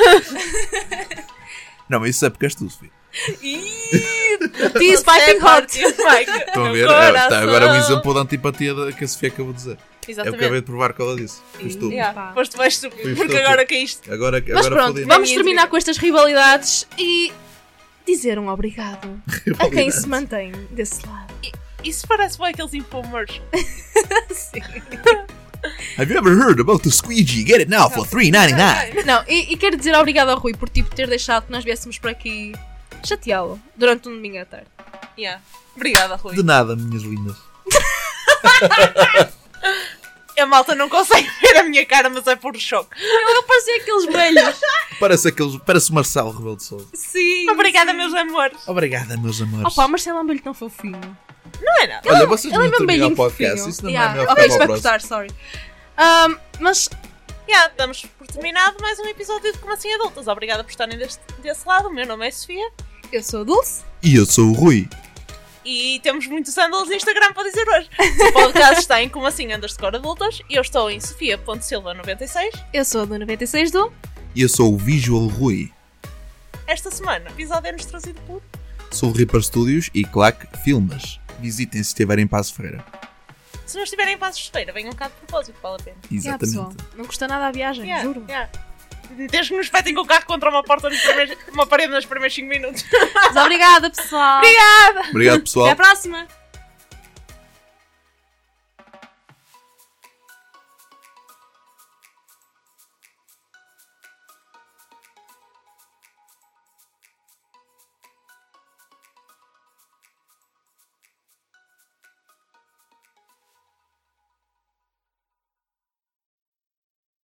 Não, mas isso é porque és tu, Sofia. This piping hot. Estão a ver? Agora é um exemplo de antipatia que a Sofia acabou de dizer. Eu Exatamente. acabei de provar que ela disse. Fiz tu. Yeah, foste mais estúpido, Fui porque estúpido. agora caíste. Agora Mas pronto, fodi. vamos minha terminar intriga. com estas rivalidades e dizer um obrigado a quem se mantém desse lado. Isso parece bem aqueles infomercials. Sim. Have you ever heard about the squeegee? Get it now for $3.99. Não, e quero dizer obrigado ao Rui por tipo, ter deixado que nós viéssemos por aqui chateá-lo durante um domingo à tarde. Yeah. Obrigada, Rui. De nada, minhas lindas. A malta não consegue ver a minha cara, mas é por choque. Eu parecia aqueles velhos. Parece o Marcelo Rebelo de Sousa. Sim. Obrigada, sim. meus amores. Obrigada, meus amores. Opa, o Marcelo é um velho tão fofinho. Não é nada. Olha, vocês Ele é não mesmo terminam belinho o podcast. fofinho. Isso não Yeah. é melhor Ok, ficar isto para vai o próximo. cortar, sorry. Mas Yeah, damos por terminado mais um episódio de Como Assim Adultas. Obrigada por estarem desse lado. O meu nome é Sofia. eu sou a Dulce. E eu sou o Rui. E temos muitos handles no Instagram para dizer hoje. O podcast está em Como Assim _adultas. E eu estou em sofia.silva96. Eu sou a do 96 do. E eu sou o Visual Rui. Esta semana, o episódio é-nos trazido por... Sou o Reaper Studios e Claque Filmes. Visitem se estiverem em Passo Ferreira. Se não estiverem em Passos de Feira, venham cá de propósito, vale a pena. Yeah, pessoal, Exatamente. não custa nada a viagem, Yeah, juro. yeah. Desde que nos espetem com o carro contra uma porta uma parede nos primeiros 5 minutos. Mas obrigada, pessoal. Obrigada! Obrigado, pessoal. Até à próxima.